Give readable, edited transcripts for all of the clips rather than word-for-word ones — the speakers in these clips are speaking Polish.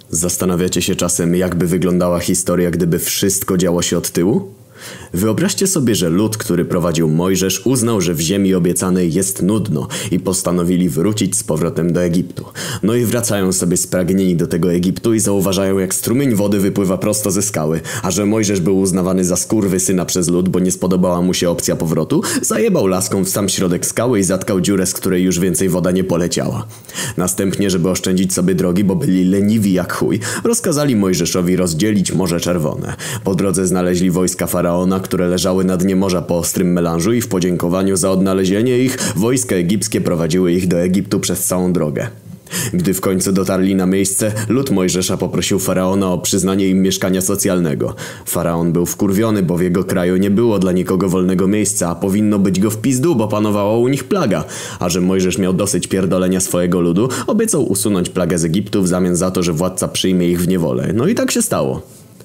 Zastanawiacie się czasem, jakby wyglądała historia, gdyby wszystko działo się od tyłu? Wyobraźcie sobie, że lud, który prowadził Mojżesz, uznał, że w ziemi obiecanej jest nudno i postanowili wrócić z powrotem do Egiptu. No i wracają sobie spragnieni do tego Egiptu i zauważają, jak strumień wody wypływa prosto ze skały, a że Mojżesz był uznawany za skurwysyna przez lud, bo nie spodobała mu się opcja powrotu, zajebał laską w sam środek skały i zatkał dziurę, z której już więcej woda nie poleciała. Następnie, żeby oszczędzić sobie drogi, bo byli leniwi jak chuj, rozkazali Mojżeszowi rozdzielić Morze Czerwone. Po drodze znaleźli wojska faraona, które leżały na dnie morza po ostrym melanżu i w podziękowaniu za odnalezienie ich, wojska egipskie prowadziły ich do Egiptu przez całą drogę. Gdy w końcu dotarli na miejsce, lud Mojżesza poprosił faraona o przyznanie im mieszkania socjalnego. Faraon był wkurwiony, bo w jego kraju nie było dla nikogo wolnego miejsca, a powinno być go w pizdu, bo panowała u nich plaga. A że Mojżesz miał dosyć pierdolenia swojego ludu, obiecał usunąć plagę z Egiptu w zamian za to, że władca przyjmie ich w niewolę. No i tak się stało.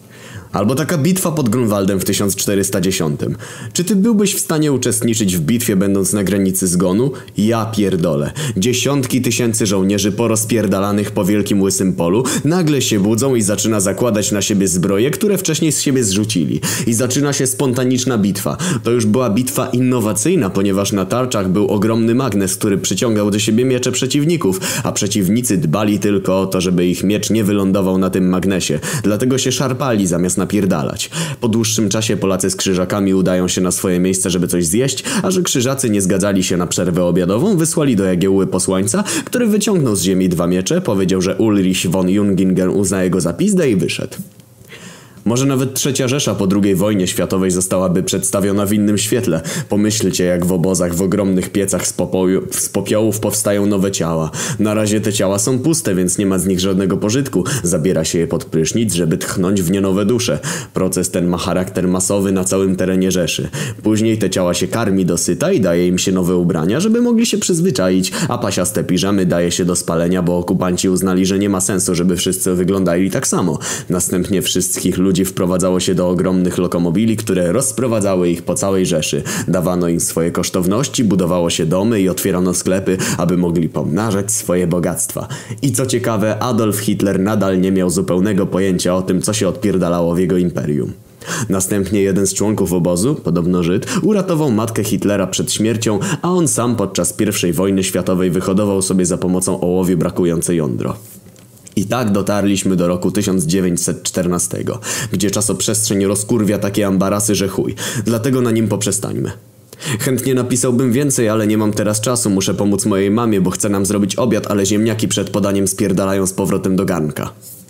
Albo taka bitwa pod Grunwaldem w 1410. Czy ty byłbyś w stanie uczestniczyć w bitwie, będąc na granicy zgonu? Ja pierdolę. Dziesiątki tysięcy żołnierzy porozpierdalanych po wielkim łysym polu nagle się budzą i zaczyna zakładać na siebie zbroje, które wcześniej z siebie zrzucili. I zaczyna się spontaniczna bitwa. To już była bitwa innowacyjna, ponieważ na tarczach był ogromny magnes, który przyciągał do siebie miecze przeciwników, a przeciwnicy dbali tylko o to, żeby ich miecz nie wylądował na tym magnesie. Dlatego się szarpali zamiast napierdalać. Po dłuższym czasie Polacy z krzyżakami udają się na swoje miejsce, żeby coś zjeść, a że krzyżacy nie zgadzali się na przerwę obiadową, wysłali do Jagiełły posłańca, który wyciągnął z ziemi 2 miecze, powiedział, że Ulrich von Jungingen uzna jego za pizdę i wyszedł. Może nawet III Rzesza po II wojnie światowej zostałaby przedstawiona w innym świetle. Pomyślcie, jak w obozach w ogromnych piecach z popiołów powstają nowe ciała. Na razie te ciała są puste, więc nie ma z nich żadnego pożytku. Zabiera się je pod prysznic, żeby tchnąć w nie nowe dusze. Proces ten ma charakter masowy na całym terenie Rzeszy. Później te ciała się karmi do syta i daje im się nowe ubrania, żeby mogli się przyzwyczaić, a pasiaste piżamy daje się do spalenia, bo okupanci uznali, że nie ma sensu, żeby wszyscy wyglądali tak samo. Następnie wszystkich ludzi wprowadzało się do ogromnych lokomobili, które rozprowadzały ich po całej Rzeszy. Dawano im swoje kosztowności, budowało się domy i otwierano sklepy, aby mogli pomnażać swoje bogactwa. I co ciekawe, Adolf Hitler nadal nie miał zupełnego pojęcia o tym, co się odpierdalało w jego imperium. Następnie jeden z członków obozu, podobno Żyd, uratował matkę Hitlera przed śmiercią, a on sam podczas I wojny światowej wyhodował sobie za pomocą ołowiu brakujące jądro. I tak dotarliśmy do roku 1914, gdzie czasoprzestrzeń rozkurwia takie ambarasy, że chuj. Dlatego na nim poprzestańmy. Chętnie napisałbym więcej, ale nie mam teraz czasu. Muszę pomóc mojej mamie, bo chce nam zrobić obiad, ale ziemniaki przed podaniem spierdalają z powrotem do garnka.